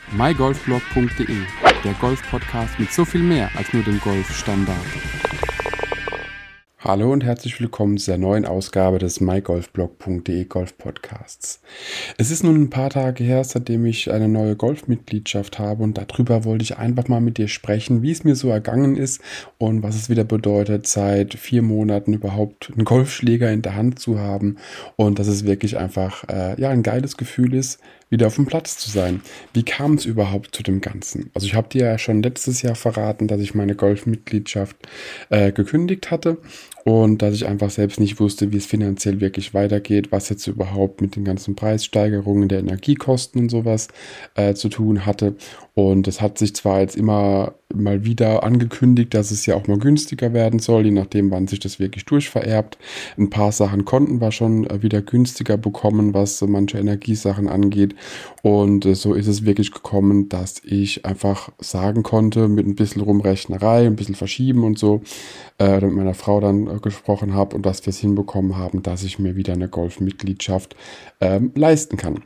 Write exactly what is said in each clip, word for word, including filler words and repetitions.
my golf blog punkt de, der Golf-Podcast mit so viel mehr als nur dem Golfstandard. Hallo und herzlich willkommen zu der neuen Ausgabe des my golf blog punkt de Golf-Podcasts. Es ist nun ein paar Tage her, seitdem ich eine neue Golfmitgliedschaft habe, und darüber wollte ich einfach mal mit dir sprechen, wie es mir so ergangen ist und was es wieder bedeutet, seit vier Monaten überhaupt einen Golfschläger in der Hand zu haben, und dass es wirklich einfach äh, ja, ein geiles Gefühl ist, wieder auf dem Platz zu sein. Wie kam es überhaupt zu dem Ganzen? Also ich habe dir ja schon letztes Jahr verraten, dass ich meine Golfmitgliedschaft äh, gekündigt hatte und dass ich einfach selbst nicht wusste, wie es finanziell wirklich weitergeht, was jetzt überhaupt mit den ganzen Preissteigerungen der Energiekosten und sowas äh, zu tun hatte. Und es hat sich zwar jetzt immer mal wieder angekündigt, dass es ja auch mal günstiger werden soll, je nachdem, wann sich das wirklich durchvererbt. Ein paar Sachen konnten wir schon wieder günstiger bekommen, was manche Energiesachen angeht. Und so ist es wirklich gekommen, dass ich einfach sagen konnte, mit ein bisschen Rumrechnerei, ein bisschen Verschieben und so, äh, mit meiner Frau dann äh, gesprochen habe und dass wir es hinbekommen haben, dass ich mir wieder eine Golfmitgliedschaft ähm, leisten kann.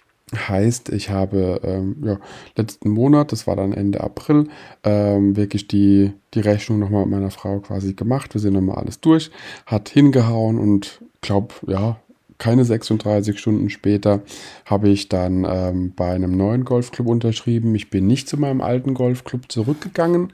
Heißt, ich habe ähm, ja, letzten Monat, das war dann Ende April, ähm, wirklich die, die Rechnung nochmal mit meiner Frau quasi gemacht. Wir sind nochmal alles durch, hat hingehauen, und glaube, ja, keine sechsunddreißig Stunden später habe ich dann ähm, bei einem neuen Golfclub unterschrieben. Ich bin nicht zu meinem alten Golfclub zurückgegangen.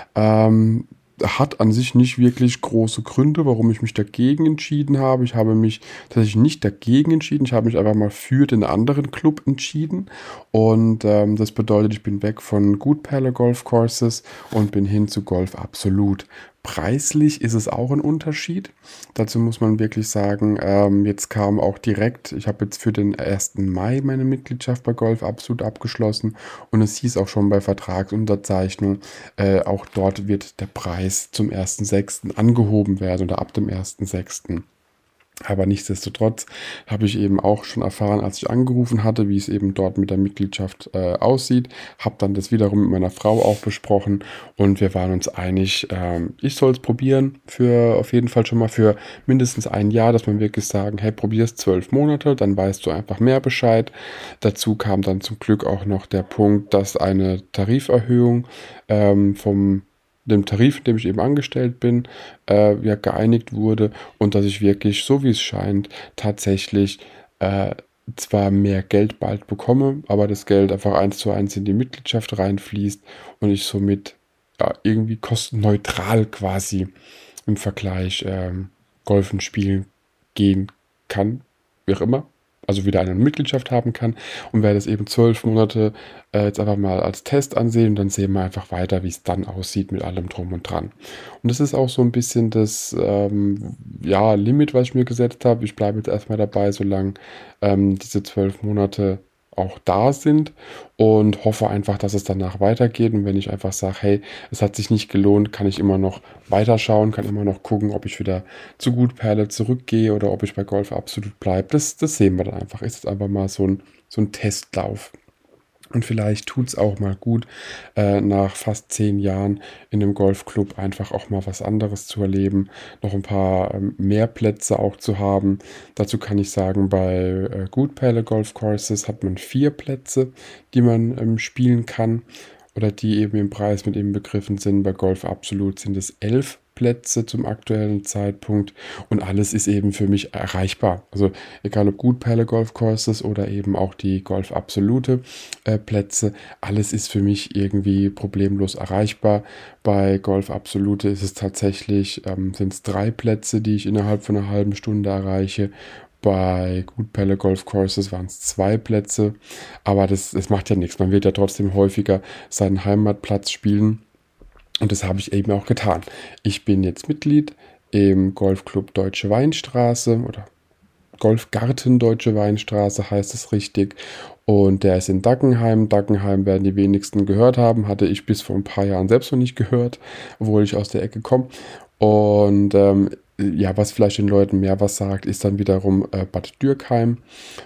Ähm, hat an sich nicht wirklich große Gründe, warum ich mich dagegen entschieden habe. Ich habe mich tatsächlich nicht dagegen entschieden. Ich habe mich einfach mal für den anderen Club entschieden. Und ähm, das bedeutet, ich bin weg von Good Palace Golf Courses und bin hin zu Golf Absolut. Preislich ist es auch ein Unterschied. Dazu muss man wirklich sagen, ähm, jetzt kam auch direkt, ich habe jetzt für den ersten Mai meine Mitgliedschaft bei Golf Absolut abgeschlossen, und es hieß auch schon bei Vertragsunterzeichnung, äh, auch dort wird der Preis zum ersten sechsten angehoben werden oder ab dem ersten sechsten Aber nichtsdestotrotz habe ich eben auch schon erfahren, als ich angerufen hatte, wie es eben dort mit der Mitgliedschaft äh, aussieht. Habe dann das wiederum mit meiner Frau auch besprochen, und wir waren uns einig, ähm, ich soll es probieren, für auf jeden Fall schon mal für mindestens ein Jahr, dass man wirklich sagen, hey, probier es zwölf Monate, dann weißt du einfach mehr Bescheid. Dazu kam dann zum Glück auch noch der Punkt, dass eine Tariferhöhung ähm, vom dem Tarif, in dem ich eben angestellt bin, äh, ja, geeinigt wurde, und dass ich wirklich, so wie es scheint, tatsächlich äh, zwar mehr Geld bald bekomme, aber das Geld einfach eins zu eins in die Mitgliedschaft reinfließt und ich somit ja, irgendwie kostenneutral quasi im Vergleich ähm, Golfen spielen gehen kann, wie auch immer. Also wieder eine Mitgliedschaft haben kann, und werde es eben zwölf Monate äh, jetzt einfach mal als Test ansehen, und dann sehen wir einfach weiter, wie es dann aussieht mit allem drum und dran. Und das ist auch so ein bisschen das ähm, ja, Limit, was ich mir gesetzt habe. Ich bleibe jetzt erstmal dabei, solange ähm, diese zwölf Monate auch da sind, und hoffe einfach, dass es danach weitergeht. Und wenn ich einfach sage, hey, es hat sich nicht gelohnt, kann ich immer noch weiterschauen, kann immer noch gucken, ob ich wieder zu Good Palace zurückgehe oder ob ich bei Golf Absolut bleibe. Das, das sehen wir dann einfach. Ist jetzt einfach mal so ein, so ein Testlauf. Und vielleicht tut es auch mal gut, äh, nach fast zehn Jahren in einem Golfclub einfach auch mal was anderes zu erleben, noch ein paar ähm, mehr Plätze auch zu haben. Dazu kann ich sagen, bei äh, Good Palace Golf Courses hat man vier Plätze, die man ähm, spielen kann oder die eben im Preis mit inbegriffen sind. Bei Golf Absolut sind es elf Plätze zum aktuellen Zeitpunkt, und alles ist eben für mich erreichbar. Also egal ob Good Palace Golf Courses oder eben auch die Golf Absolute äh, Plätze, alles ist für mich irgendwie problemlos erreichbar. Bei Golf Absolute ist es tatsächlich, ähm, sind es drei Plätze, die ich innerhalb von einer halben Stunde erreiche. Bei Good Palace Golf Courses waren es zwei Plätze, aber das, das macht ja nichts. Man wird ja trotzdem häufiger seinen Heimatplatz spielen. Und das habe ich eben auch getan. Ich bin jetzt Mitglied im Golfclub Deutsche Weinstraße oder Golfgarten Deutsche Weinstraße heißt es richtig. Und der ist in Dackenheim. Dackenheim werden die wenigsten gehört haben. Hatte ich bis vor ein paar Jahren selbst noch nicht gehört, obwohl ich aus der Ecke komme. Und ähm, ja, was vielleicht den Leuten mehr was sagt, ist dann wiederum äh, Bad Dürkheim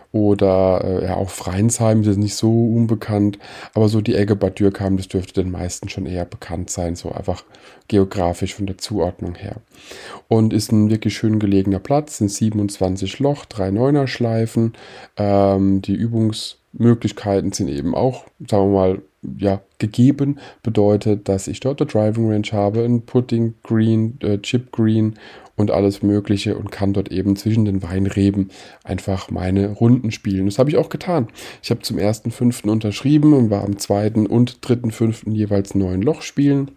oder äh, ja auch Freinsheim, das ist nicht so unbekannt, aber so die Ecke Bad Dürkheim, das dürfte den meisten schon eher bekannt sein, so einfach geografisch von der Zuordnung her. Und ist ein wirklich schön gelegener Platz, sind siebenundzwanzig Loch, drei Neuner Schleifen, ähm, die Übungs Möglichkeiten sind eben auch, sagen wir mal, ja, gegeben. Bedeutet, dass ich dort eine Driving Range habe, ein Putting Green, äh, Chip Green und alles Mögliche und kann dort eben zwischen den Weinreben einfach meine Runden spielen. Das habe ich auch getan. Ich habe zum ersten fünften unterschrieben und war am zweiten und dritten fünften jeweils neun Loch spielen.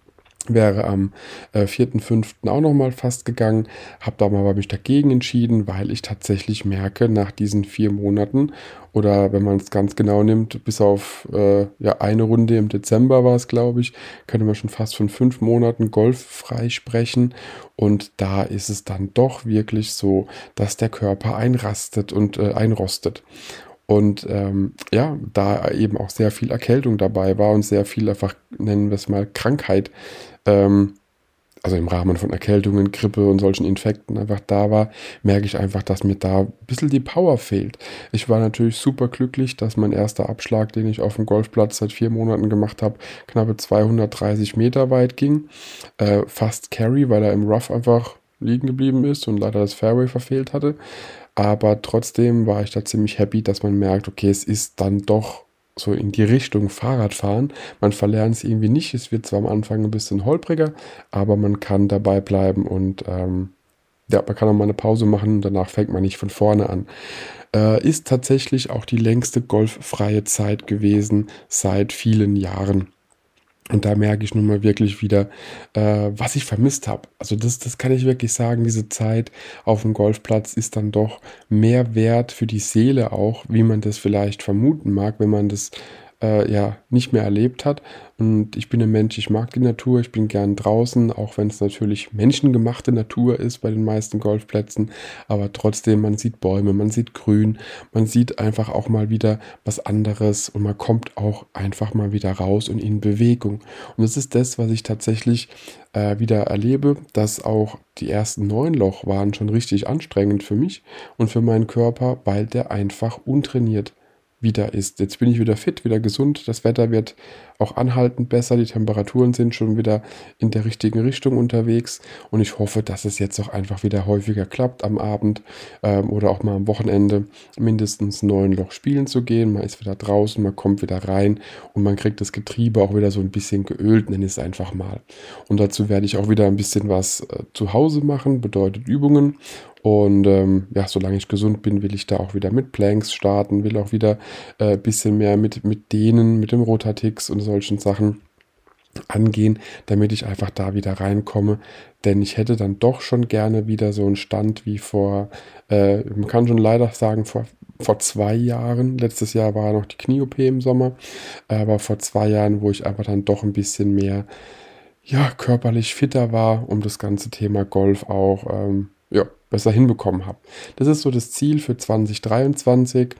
Wäre am äh, vierten fünften auch nochmal fast gegangen, habe da aber mich dagegen entschieden, weil ich tatsächlich merke, nach diesen vier Monaten oder wenn man es ganz genau nimmt, bis auf äh, ja, eine Runde im Dezember war es, glaube ich, könnte man schon fast von fünf Monaten golffrei sprechen. Und da ist es dann doch wirklich so, dass der Körper einrastet und äh, einrostet. Und ähm, ja, da eben auch sehr viel Erkältung dabei war und sehr viel einfach, nennen wir es mal, Krankheit, ähm, also im Rahmen von Erkältungen, Grippe und solchen Infekten einfach da war, merke ich einfach, dass mir da ein bisschen die Power fehlt. Ich war natürlich super glücklich, dass mein erster Abschlag, den ich auf dem Golfplatz seit vier Monaten gemacht habe, knappe zweihundertdreißig Meter weit ging. Äh, fast Carry, weil er im Rough einfach liegen geblieben ist und leider das Fairway verfehlt hatte. Aber trotzdem war ich da ziemlich happy, dass man merkt, okay, es ist dann doch so in die Richtung Fahrradfahren. Man verlernt es irgendwie nicht. Es wird zwar am Anfang ein bisschen holpriger, aber man kann dabei bleiben und ähm, ja, man kann auch mal eine Pause machen und danach fängt man nicht von vorne an. Äh, ist tatsächlich auch die längste golffreie Zeit gewesen seit vielen Jahren. Und da merke ich nun mal wirklich wieder, äh, was ich vermisst habe. Also das, das kann ich wirklich sagen, diese Zeit auf dem Golfplatz ist dann doch mehr wert für die Seele auch, wie man das vielleicht vermuten mag, wenn man das äh, ja nicht mehr erlebt hat. Und ich bin ein Mensch, ich mag die Natur, ich bin gern draußen, auch wenn es natürlich menschengemachte Natur ist bei den meisten Golfplätzen. Aber trotzdem, man sieht Bäume, man sieht Grün, man sieht einfach auch mal wieder was anderes und man kommt auch einfach mal wieder raus und in Bewegung. Und das ist das, was ich tatsächlich äh, wieder erlebe, dass auch die ersten neun Loch waren schon richtig anstrengend für mich und für meinen Körper, weil der einfach untrainiert wieder ist. Jetzt bin ich wieder fit, wieder gesund. Das Wetter wird auch anhaltend besser. Die Temperaturen sind schon wieder in der richtigen Richtung unterwegs. Und ich hoffe, dass es jetzt auch einfach wieder häufiger klappt am Abend ähm, oder auch mal am Wochenende mindestens neun Loch spielen zu gehen. Man ist wieder draußen, man kommt wieder rein und man kriegt das Getriebe auch wieder so ein bisschen geölt, nenne ich es einfach mal. Und dazu werde ich auch wieder ein bisschen was äh, zu Hause machen, bedeutet Übungen. Und ähm, ja, solange ich gesund bin, will ich da auch wieder mit Planks starten, will auch wieder ein äh, bisschen mehr mit, mit denen, mit dem Rotatix und solchen Sachen angehen, damit ich einfach da wieder reinkomme. Denn ich hätte dann doch schon gerne wieder so einen Stand wie vor, äh, man kann schon leider sagen, vor, vor zwei Jahren. Letztes Jahr war noch die Knie-O P im Sommer, aber vor zwei Jahren, wo ich einfach dann doch ein bisschen mehr, ja, körperlich fitter war, um das ganze Thema Golf auch, ähm, ja, besser hinbekommen habe. Das ist so das Ziel für zwanzig dreiundzwanzig,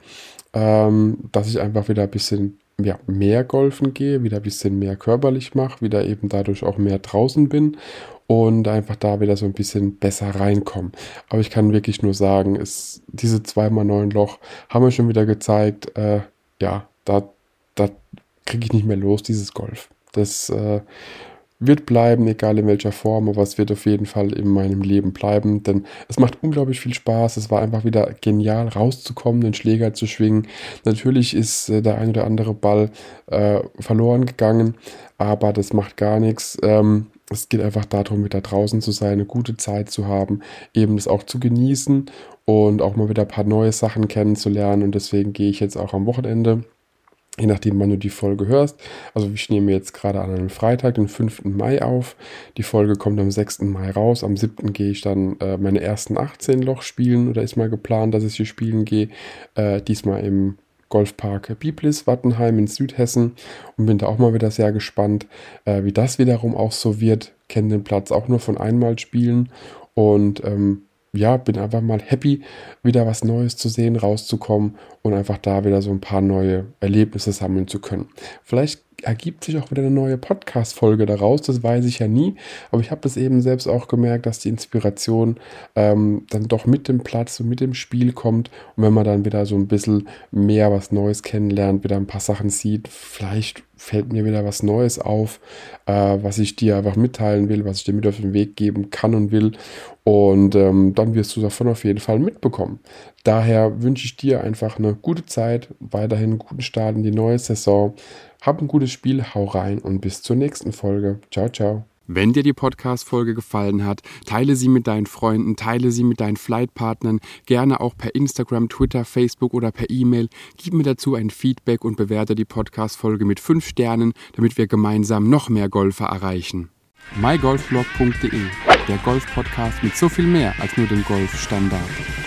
ähm, dass ich einfach wieder ein bisschen ja, mehr golfen gehe, wieder ein bisschen mehr körperlich mache, wieder eben dadurch auch mehr draußen bin und einfach da wieder so ein bisschen besser reinkomme. Aber ich kann wirklich nur sagen, es, diese zwei mal neun Loch haben mir schon wieder gezeigt, äh, ja, da, da kriege ich nicht mehr los, dieses Golf. Das äh, wird bleiben, egal in welcher Form, aber es wird auf jeden Fall in meinem Leben bleiben, denn es macht unglaublich viel Spaß. Es war einfach wieder genial, rauszukommen, den Schläger zu schwingen. Natürlich ist äh, der ein oder andere Ball äh, verloren gegangen, aber das macht gar nichts. Ähm, es geht einfach darum, wieder draußen zu sein, eine gute Zeit zu haben, eben das auch zu genießen und auch mal wieder ein paar neue Sachen kennenzulernen. Und deswegen gehe ich jetzt auch am Wochenende, je nachdem, wann du die Folge hörst. Also ich nehme jetzt gerade an einem Freitag, den fünften Mai auf. Die Folge kommt am sechsten Mai raus. Am siebten gehe ich dann äh, meine ersten achtzehn Loch spielen oder ist mal geplant, dass ich hier spielen gehe. Äh, diesmal im Golfpark Biblis, Wattenheim in Südhessen und bin da auch mal wieder sehr gespannt, äh, wie das wiederum auch so wird. Kenne den Platz auch nur von einmal spielen und ähm, ja, bin einfach mal happy, wieder was Neues zu sehen, rauszukommen und einfach da wieder so ein paar neue Erlebnisse sammeln zu können. Vielleicht ergibt sich auch wieder eine neue Podcast-Folge daraus. Das weiß ich ja nie. Aber ich habe das eben selbst auch gemerkt, dass die Inspiration ähm, dann doch mit dem Platz und mit dem Spiel kommt. Und wenn man dann wieder so ein bisschen mehr was Neues kennenlernt, wieder ein paar Sachen sieht, vielleicht fällt mir wieder was Neues auf, äh, was ich dir einfach mitteilen will, was ich dir mit auf den Weg geben kann und will. Und ähm, dann wirst du davon auf jeden Fall mitbekommen. Daher wünsche ich dir einfach eine gute Zeit, weiterhin einen guten Start in die neue Saison. Hab ein gutes Spiel, hau rein und bis zur nächsten Folge. Ciao, ciao. Wenn dir die Podcast-Folge gefallen hat, teile sie mit deinen Freunden, teile sie mit deinen Flightpartnern, gerne auch per Instagram, Twitter, Facebook oder per E-Mail. Gib mir dazu ein Feedback und bewerte die Podcast-Folge mit fünf Sternen, damit wir gemeinsam noch mehr Golfer erreichen. my golf blog punkt de, der Golf-Podcast mit so viel mehr als nur dem Golfstandard.